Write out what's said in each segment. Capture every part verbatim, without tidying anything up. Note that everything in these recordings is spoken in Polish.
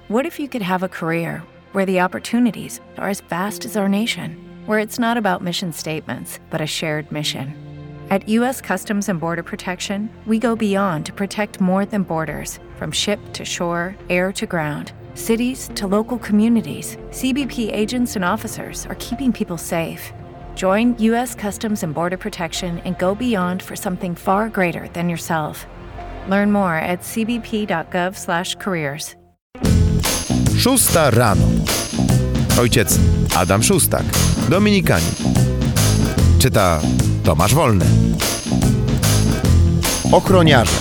What if you could have a career where the opportunities are as vast as our nation, where it's not about mission statements, but a shared mission? At U S Customs and Border Protection, we go beyond to protect more than borders. From ship to shore, air to ground, cities to local communities, C B P agents and officers are keeping people safe. Join U S Customs and Border Protection and go beyond for something far greater than yourself. Learn more at c b p dot gov slash careers. Szósta rano. Ojciec Adam Szóstak, dominikanin. Czyta Tomasz Wolny. Ochroniarze.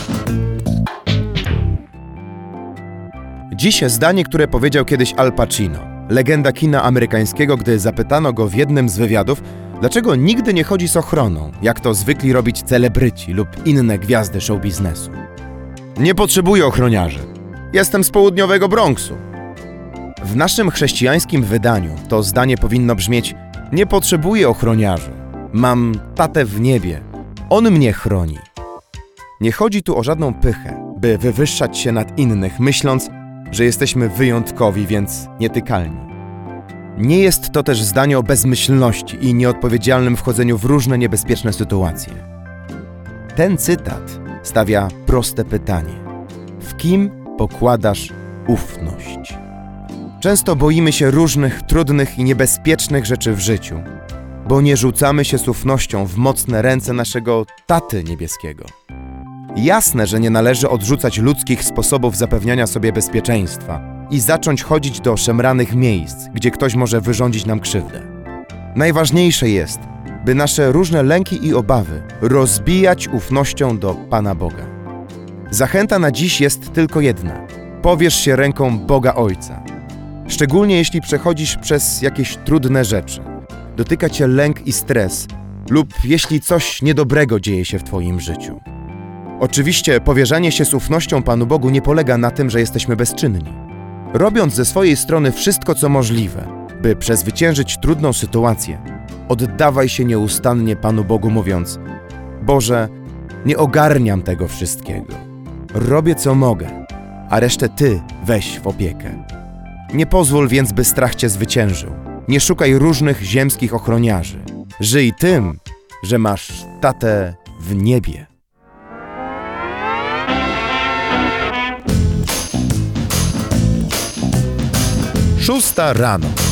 Dziś zdanie, które powiedział kiedyś Al Pacino, legenda kina amerykańskiego, gdy zapytano go w jednym z wywiadów, dlaczego nigdy nie chodzi z ochroną, jak to zwykli robić celebryci lub inne gwiazdy show biznesu. Nie potrzebuję ochroniarzy. Jestem z południowego Bronxu. W naszym chrześcijańskim wydaniu to zdanie powinno brzmieć: nie potrzebuję ochroniarzy. Mam tatę w niebie. On mnie chroni. Nie chodzi tu o żadną pychę, by wywyższać się nad innych, myśląc, że jesteśmy wyjątkowi, więc nietykalni. Nie jest to też zdanie o bezmyślności i nieodpowiedzialnym wchodzeniu w różne niebezpieczne sytuacje. Ten cytat stawia proste pytanie: w kim pokładasz ufność? Często boimy się różnych trudnych i niebezpiecznych rzeczy w życiu, bo nie rzucamy się z ufnością w mocne ręce naszego Taty Niebieskiego. Jasne, że nie należy odrzucać ludzkich sposobów zapewniania sobie bezpieczeństwa i zacząć chodzić do szemranych miejsc, gdzie ktoś może wyrządzić nam krzywdę. Najważniejsze jest, by nasze różne lęki i obawy rozbijać ufnością do Pana Boga. Zachęta na dziś jest tylko jedna: powierz się ręką Boga Ojca. Szczególnie jeśli przechodzisz przez jakieś trudne rzeczy, dotyka cię lęk i stres lub jeśli coś niedobrego dzieje się w twoim życiu. Oczywiście powierzanie się z ufnością Panu Bogu nie polega na tym, że jesteśmy bezczynni. Robiąc ze swojej strony wszystko, co możliwe, by przezwyciężyć trudną sytuację, oddawaj się nieustannie Panu Bogu, mówiąc: Boże, nie ogarniam tego wszystkiego. Robię, co mogę, a resztę Ty weź w opiekę. Nie pozwól więc, by strach cię zwyciężył. Nie szukaj różnych ziemskich ochroniarzy. Żyj tym, że masz tatę w niebie. Szósta rano.